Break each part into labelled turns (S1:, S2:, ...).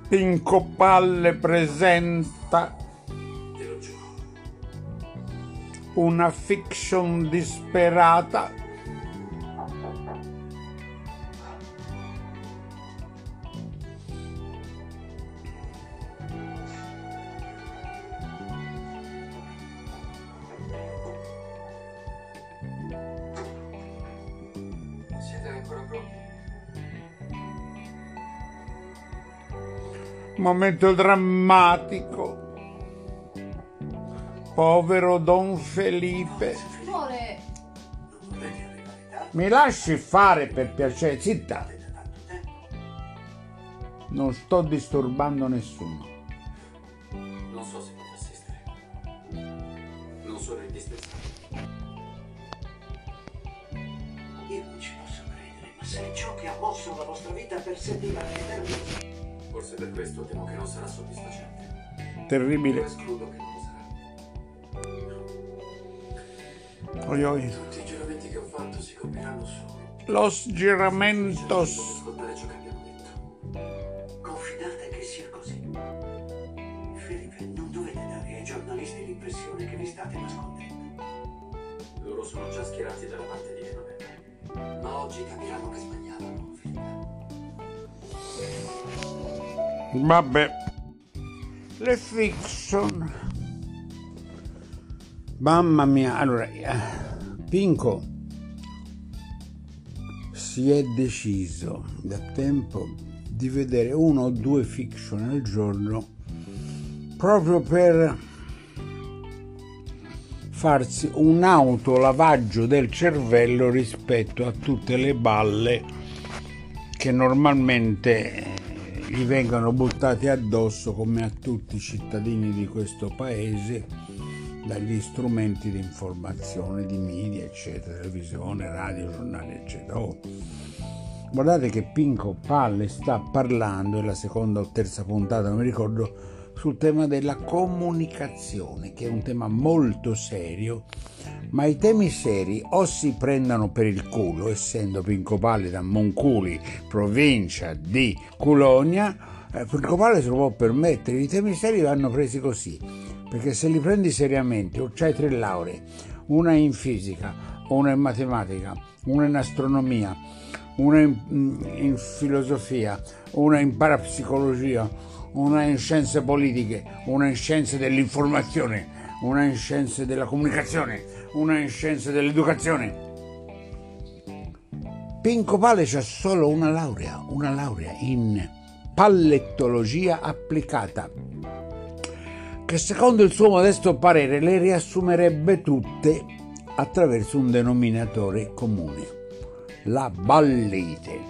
S1: Pinco Palle presenta una fiction disperata.
S2: Siete ancora pronti?
S1: Momento drammatico. Povero Don Felipe.
S3: Amore,
S2: Non volete avere verità?
S1: Mi lasci fare per piacere, zitta.
S2: Avete tanto tempo?
S1: Non sto disturbando nessuno.
S2: Non so se potrò assistere. Non sono indispensabile. Io non ci posso credere, ma se ciò che ha mosso la vostra vita per settimane eterni. Forse per questo temo che non sarà soddisfacente.
S1: Terribile.
S2: Io escludo che non lo sarà.
S1: Oi oi.
S2: Tutti i giuramenti che ho fatto si compiranno solo.
S1: Los giramentos.
S2: Ascoltare ciò che abbiamo detto. Confidate che sia così. Felipe, non dovete dare ai giornalisti l'impressione che vi state nascondendo. Loro sono già schierati dalla parte di Emanuele. Ma oggi capiranno che sbagliavano, Felipe.
S1: Vabbè. Le fiction. Mamma mia. Allora, Pinco si è deciso da tempo di vedere 1 o 2 fiction al giorno proprio per farsi un autolavaggio del cervello rispetto a tutte le balle che normalmente gli vengono buttate addosso, come a tutti i cittadini di questo paese, dagli strumenti di informazione, di media, eccetera, televisione, radio, giornali, eccetera. Guardate che Pinco Palle sta parlando, è la seconda o terza puntata, non mi ricordo, sul tema della comunicazione, che è un tema molto serio, ma i temi seri o si prendono per il culo, essendo Pinco Palle da Monculi, provincia di Culonia, Pinco Palle se lo può permettere, i temi seri vanno presi così, perché se li prendi seriamente, o c'hai 3 lauree, una in fisica, una in matematica, una in astronomia, una in filosofia, una in parapsicologia, una in scienze politiche, una in scienze dell'informazione, una in scienze della comunicazione, una in scienze dell'educazione. Pinco Palle c'ha solo una laurea in pallettologia applicata, che secondo il suo modesto parere le riassumerebbe tutte attraverso un denominatore comune: la ballite.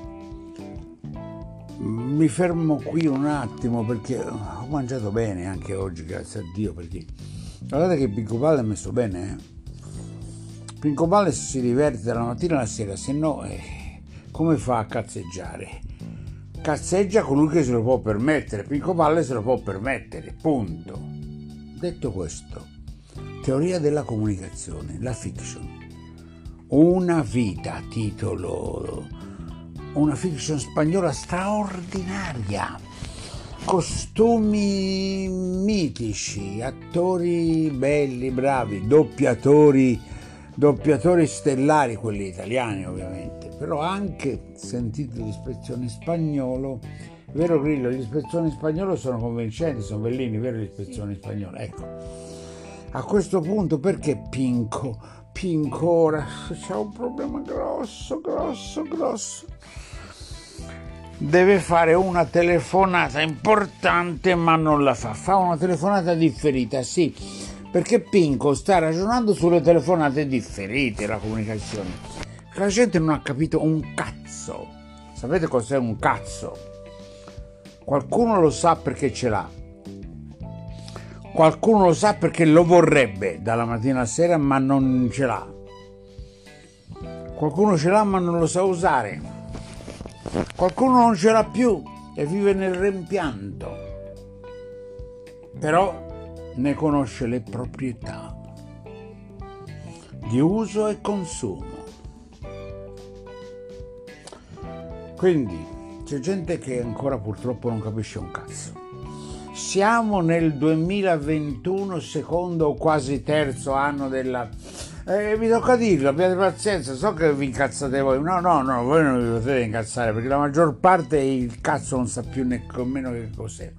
S1: Mi fermo qui un attimo perché ho mangiato bene anche oggi, grazie a Dio, perché guardate che Pinco Palle è messo bene, Pinco Palle si diverte dalla mattina alla sera, se no come fa a cazzeggiare? Cazzeggia colui che se lo può permettere, Pinco Palle se lo può permettere, punto. Detto questo, teoria della comunicazione, la fiction, una vita, titolo, una fiction spagnola straordinaria, costumi mitici, attori belli, bravi, doppiatori stellari, quelli italiani ovviamente, però anche, sentite l'espressione in spagnolo, vero Grillo, gli spezzoni in spagnolo sono convincenti, sono bellini, vero gli spezzoni in spagnolo? Ecco, a questo punto perché Pinco ora c'ha un problema grosso, deve fare una telefonata importante ma non la fa una telefonata differita, sì, perché Pinco sta ragionando sulle telefonate differite, la comunicazione, la gente non ha capito un cazzo. Sapete cos'è un cazzo? Qualcuno lo sa perché ce l'ha, qualcuno lo sa perché lo vorrebbe dalla mattina alla sera ma non ce l'ha, qualcuno ce l'ha ma non lo sa usare, qualcuno non ce l'ha più e vive nel rimpianto, però ne conosce le proprietà di uso e consumo. Quindi c'è gente che ancora purtroppo non capisce un cazzo. Siamo nel 2021, secondo o quasi terzo anno della... mi tocca dirlo, abbiate pazienza, so che vi incazzate voi. No, voi non vi potete incazzare, perché la maggior parte il cazzo non sa più nemmeno che cos'è.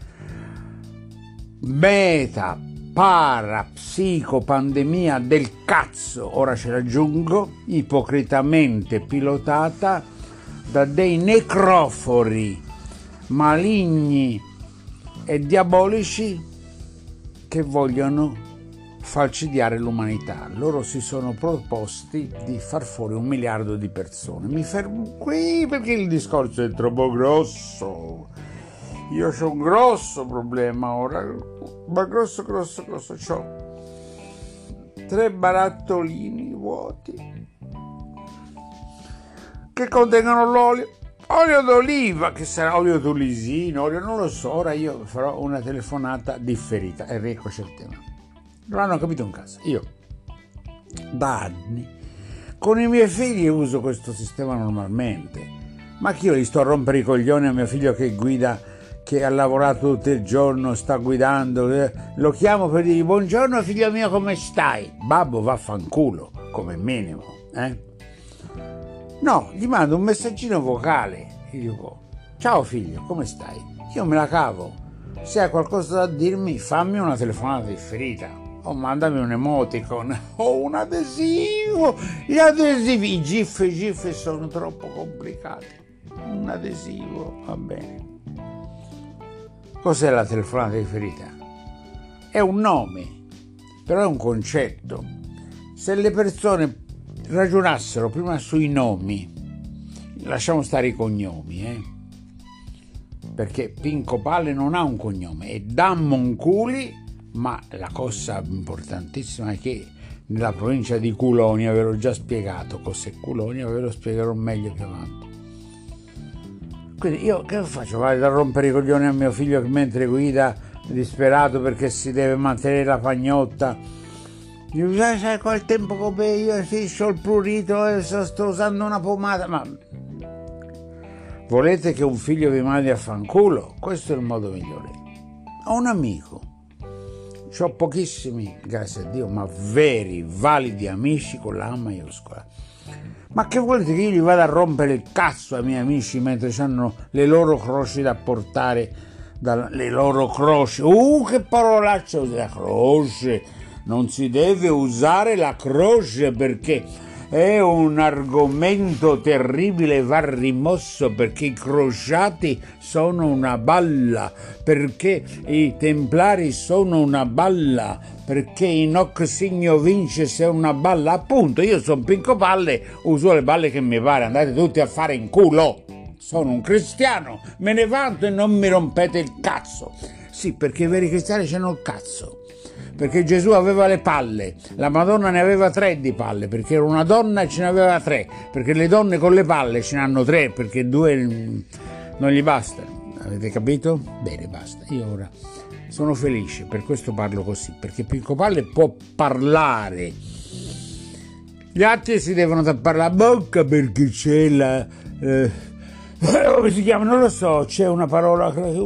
S1: Meta, para, psico, pandemia del cazzo, ora ce l'aggiungo, ipocritamente pilotata da dei necrofori maligni e diabolici che vogliono falcidiare l'umanità. Loro si sono proposti di far fuori 1 miliardo di persone. Mi fermo qui perché il discorso è troppo grosso. Io c'ho un grosso problema ora, ma grosso. C'ho 3 barattolini vuoti che contengono l'olio d'oliva, che sarà olio tulisino, non lo so. Ora io farò una telefonata differita e rieccoci il tema. Non hanno capito un caso. Io da anni con i miei figli uso questo sistema normalmente, ma che io gli sto a rompere i coglioni a mio figlio che guida, che ha lavorato tutto il giorno, sta guidando, lo chiamo per dirgli buongiorno figlio mio, come stai? Babbo, vaffanculo, come minimo, No, gli mando un messaggino vocale, gli dico ciao figlio, come stai? Io me la cavo, se hai qualcosa da dirmi fammi una telefonata differita, o mandami un emoticon o un adesivo. Gli adesivi, i gif sono troppo complicati. Un adesivo va bene. Cos'è la telefonata differita? È un nome, però è un concetto. Se le persone ragionassero prima sui nomi, lasciamo stare i cognomi, perché Pinco Palle non ha un cognome, è Dammonculi, ma la cosa importantissima è che nella provincia di Culonia, ve l'ho già spiegato cos'è Culonia, ve lo spiegherò meglio più avanti. Quindi io che faccio? Vado a rompere i coglioni a mio figlio che mentre guida disperato perché si deve mantenere la pagnotta. Dico, sai qual tempo come io ho il prurito, sto usando una pomata, ma volete che un figlio vi mandi a fanculo? Questo è il modo migliore. Ho un amico, ho pochissimi, grazie a Dio, ma veri, validi amici con la A maiuscola. Ma che volete che io gli vada a rompere il cazzo ai miei amici mentre hanno le loro croci da portare, le loro croci? Che parolaccia, la croce! Non si deve usare la croce perché è un argomento terribile, va rimosso, perché i crociati sono una balla, perché i templari sono una balla, perché in hoc signo vinces è una balla. Appunto, io sono Pinco Palle, uso le balle che mi pare, andate tutti a fare in culo. Sono un cristiano, me ne vanto e non mi rompete il cazzo. Sì, perché i veri cristiani c'hanno il cazzo. Perché Gesù aveva le palle, la Madonna ne aveva 3 di palle, perché era una donna e ce ne aveva 3, perché le donne con le palle ce ne hanno 3, perché 2 non gli basta. Avete capito? Bene, basta. Io ora sono felice, per questo parlo così, perché Pinco Palle può parlare. Gli altri si devono tappare la bocca perché c'è la... come si chiama? Non lo so, c'è una parola...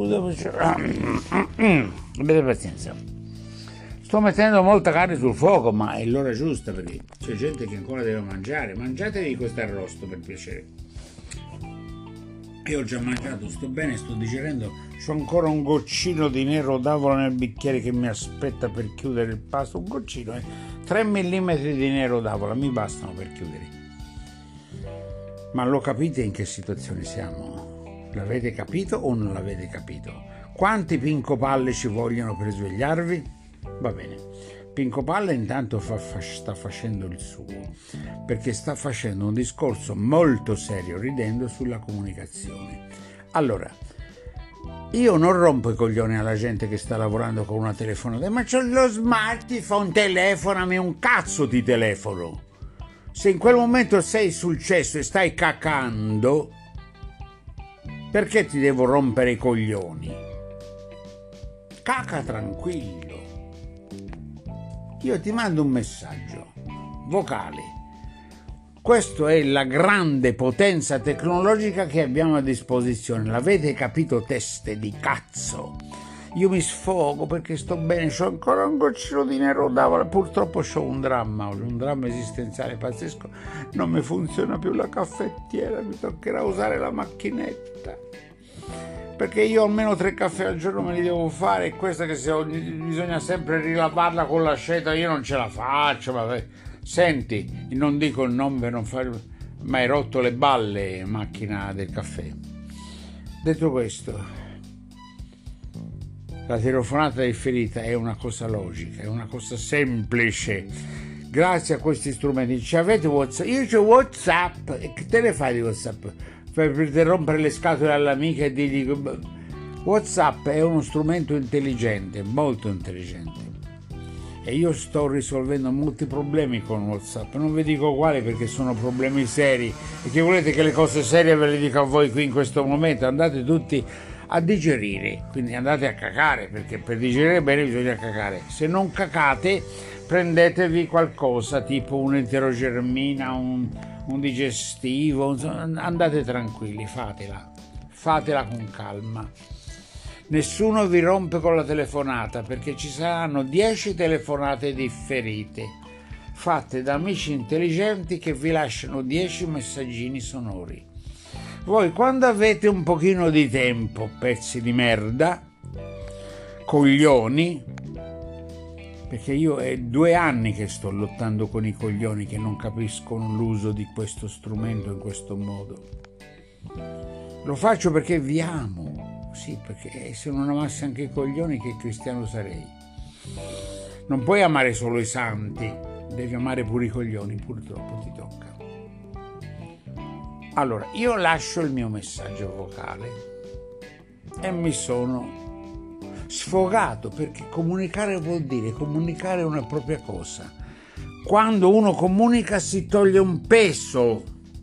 S1: Avete pazienza. Sto mettendo molta carne sul fuoco, ma è l'ora giusta perché c'è gente che ancora deve mangiare. Mangiatevi questo arrosto per piacere. Io ho già mangiato, sto bene, sto digerendo. C'ho ancora un goccino di nero d'avola nel bicchiere che mi aspetta per chiudere il pasto. Un goccino, 3 mm di nero d'avola mi bastano per chiudere. Ma lo capite in che situazione siamo? L'avete capito o non l'avete capito? Quanti Pinco Palle ci vogliono per svegliarvi? Va bene, Pinco Palle intanto sta facendo il suo, perché sta facendo un discorso molto serio, ridendo, sulla comunicazione. Allora, io non rompo i coglioni alla gente che sta lavorando con una telefonata, ma c'ho lo smartphone, telefonami, un cazzo ti telefono. Se in quel momento sei sul cesso e stai cacando, perché ti devo rompere i coglioni? Caca tranquillo. Io ti mando un messaggio vocale Questa è la grande potenza tecnologica che abbiamo a disposizione. L'avete capito, teste di cazzo? Io mi sfogo perché sto bene, c'ho ancora un goccino di nero d'avola. Purtroppo c'ho un dramma esistenziale pazzesco. Non mi funziona più la caffettiera, mi toccherà usare la macchinetta. Perché io almeno 3 caffè al giorno me li devo fare, e questa che bisogna sempre rilavarla con l'aceto, io non ce la faccio. Vabbè. Senti, non dico il nome per non fare, ma hai rotto le balle, macchina del caffè. Detto questo, la telefonata differita è una cosa logica, è una cosa semplice. Grazie a questi strumenti. Ci avete WhatsApp? Io c'ho WhatsApp. E che te ne fai di WhatsApp? Per rompere le scatole all'amica e dirgli... WhatsApp è uno strumento intelligente, molto intelligente. E io sto risolvendo molti problemi con WhatsApp. Non vi dico quali perché sono problemi seri. E che volete che le cose serie ve le dico a voi qui in questo momento? Andate tutti a digerire, quindi andate a cacare, perché per digerire bene bisogna cacare. Se non cacate, prendetevi qualcosa tipo un'enterogermina, un digestivo, andate tranquilli, fatela con calma. Nessuno vi rompe con la telefonata, perché ci saranno 10 telefonate differite fatte da amici intelligenti che vi lasciano 10 messaggini sonori. Voi, quando avete un pochino di tempo, pezzi di merda, coglioni, perché io è 2 anni che sto lottando con i coglioni che non capiscono l'uso di questo strumento in questo modo. Lo faccio perché vi amo. Sì, perché se non amassi anche i coglioni, che cristiano sarei? Non puoi amare solo i santi, devi amare pure i coglioni, purtroppo ti tocca. Allora, io lascio il mio messaggio vocale e mi sono sfogato, perché comunicare vuol dire comunicare una propria cosa. Quando uno comunica si toglie un peso,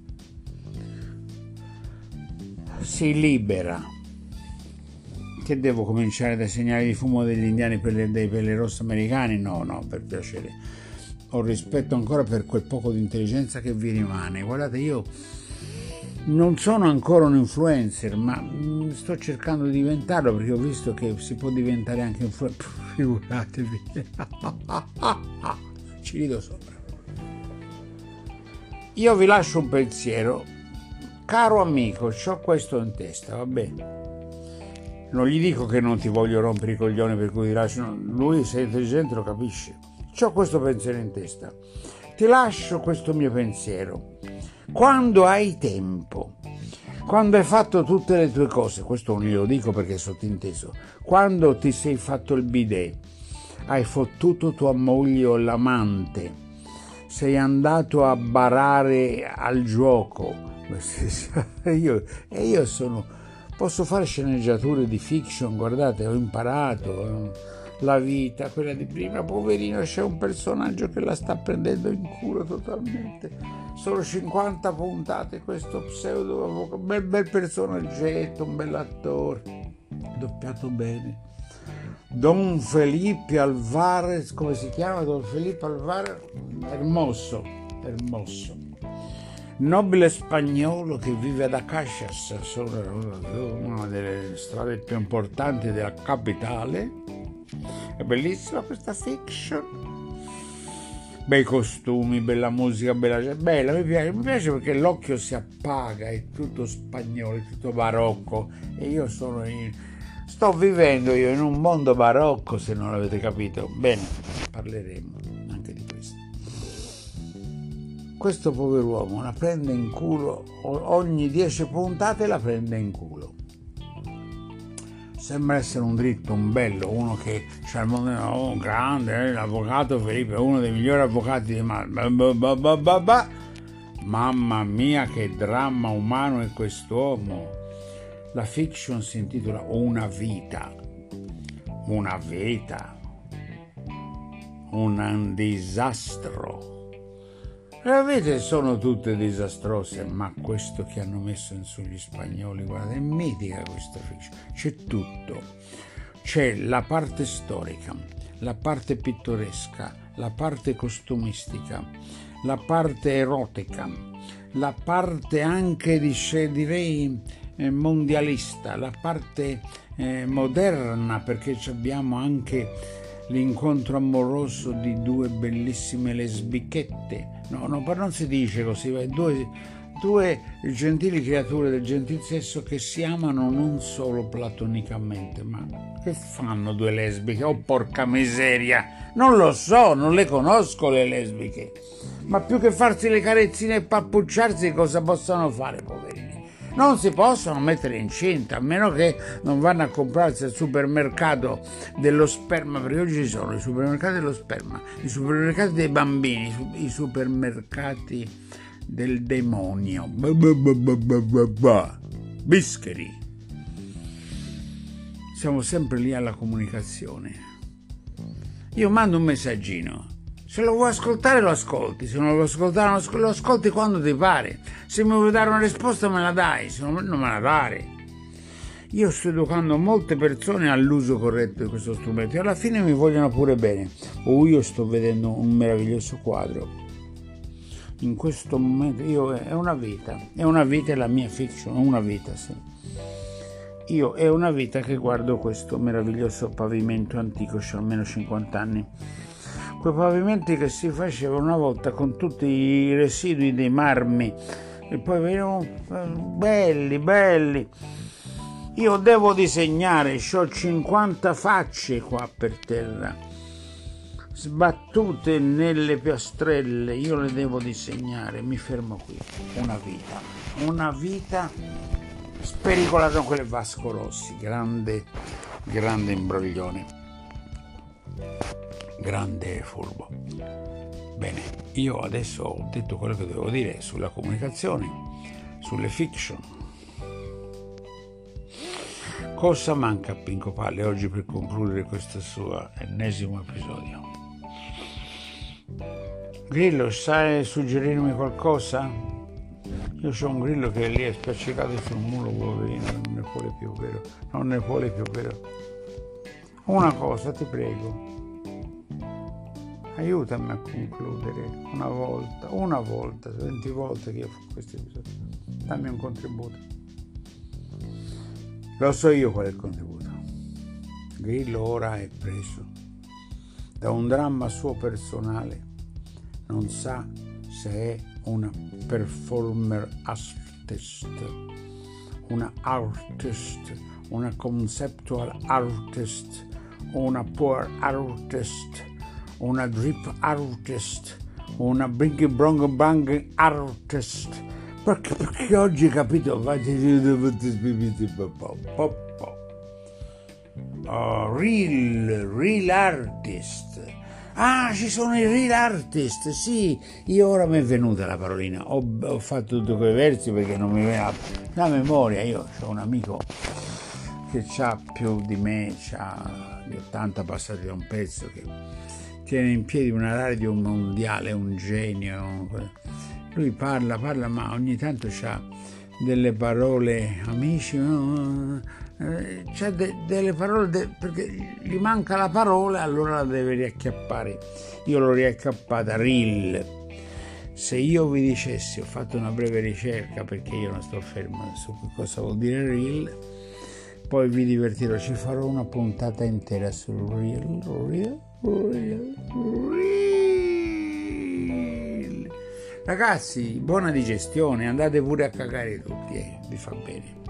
S1: si libera. Che devo cominciare dai segnali di fumo degli indiani dei pelle rossi americani? No, per piacere. Ho rispetto ancora per quel poco di intelligenza che vi rimane. Guardate, io non sono ancora un influencer, ma sto cercando di diventarlo, perché ho visto che si può diventare anche influencer. Figuratevi. Ci rido sopra. Io vi lascio un pensiero. Caro amico, c'ho questo in testa, va bene? Non gli dico che non ti voglio rompere i coglioni per cui ti lascio, no. Lui, se è intelligente, lo capisce. C'ho questo pensiero in testa. Ti lascio questo mio pensiero. Quando hai tempo, quando hai fatto tutte le tue cose, questo non glielo dico perché è sottinteso, quando ti sei fatto il bidet, hai fottuto tua moglie o l'amante, sei andato a barare al gioco, io sono... Posso fare sceneggiature di fiction, guardate, ho imparato la vita, quella di prima, poverino, c'è un personaggio che la sta prendendo in culo totalmente. Sono 50 puntate, questo pseudo avvocato, bel personaggetto, un bell'attore, doppiato bene. Don Felipe Alvarez, come si chiama? Don Felipe Alvarez, Hermoso. Nobile spagnolo che vive ad Acacias, una delle strade più importanti della capitale. È bellissima questa fiction. Bei costumi, bella musica, bella, mi piace perché l'occhio si appaga, è tutto spagnolo, è tutto barocco, e io sto vivendo io in un mondo barocco, se non l'avete capito. Bene, parleremo anche di questo. Questo pover'uomo la prende in culo, ogni 10 puntate la prende in culo. Sembra essere un dritto, un bello, uno che c'è il mondo, un grande, l'avvocato Felipe, uno dei migliori avvocati di Mamma mia, che dramma umano è quest'uomo. La fiction si intitola Una vita, un disastro. Vedete, sono tutte disastrose, ma questo che hanno messo in su gli spagnoli, guarda, è mitica questa fiction. C'è tutto, c'è la parte storica, la parte pittoresca, la parte costumistica, la parte erotica, la parte anche direi mondialista, la parte moderna, perché abbiamo anche l'incontro amoroso di due bellissime lesbichette, no, non si dice così, due gentili creature del gentil sesso che si amano non solo platonicamente, ma che fanno due lesbiche? Oh porca miseria, non lo so, non le conosco le lesbiche, ma più che farsi le carezzine e pappucciarsi, cosa possono fare, poverini? Non si possono mettere incinta, a meno che non vanno a comprarsi al supermercato dello sperma, perché oggi ci sono i supermercati dello sperma, i supermercati dei bambini, i supermercati del demonio. Bischeri. Siamo sempre lì alla comunicazione. Io mando un messaggino. Se lo vuoi ascoltare lo ascolti, se non lo vuoi ascoltare lo ascolti quando ti pare. Se mi vuoi dare una risposta me la dai, se non me la dare. Io sto educando molte persone all'uso corretto di questo strumento e alla fine mi vogliono pure bene. Io sto vedendo un meraviglioso quadro. In questo momento è una vita è la mia fiction, una vita, sì. Io è una vita che guardo questo meraviglioso pavimento antico, c'ho almeno 50 anni. Quei pavimenti che si facevano una volta con tutti i residui dei marmi e poi venivano belli. Io devo disegnare, c'ho 50 facce qua per terra, sbattute nelle piastrelle, io le devo disegnare, mi fermo qui. Una vita spericolata con quelle Vasco Rossi, grande imbroglione, grande furbo. Bene, io adesso ho detto quello che dovevo dire sulla comunicazione, sulle fiction. Cosa manca a Pinco Palle oggi per concludere questo suo ennesimo episodio? Grillo, sai suggerirmi qualcosa? Io c'ho un grillo che lì è spaccicato sul muro, poverino, non ne vuole più, vero? Una cosa, ti prego. Aiutami a concludere una volta, 20 volte che io faccio questi episodi. Dammi un contributo. Lo so io qual è il contributo. Grillo ora è preso da un dramma suo personale. Non sa se è una performer artist, una artist, una conceptual artist, una poor artist, una drip artist, una bring brong bang artist, perché oggi, capito, real artist. Ci sono i real artist, sì, io ora mi è venuta la parolina, ho fatto tutti quei versi perché non mi viene la memoria. Io ho un amico che c'ha più di me, c'ha gli 80 passati da un pezzo, che tiene in piedi una radio mondiale, un genio. Lui parla, ma ogni tanto c'ha delle parole, amici, c'è delle parole perché gli manca la parola, allora la deve riacchiappare. Io l'ho riacchiappata, real. Se io vi dicessi, ho fatto una breve ricerca perché io non sto fermo su cosa vuol dire real, poi vi divertirò, ci farò una puntata intera sul real. Ragazzi, buona digestione, andate pure a cagare tutti, vi fa bene.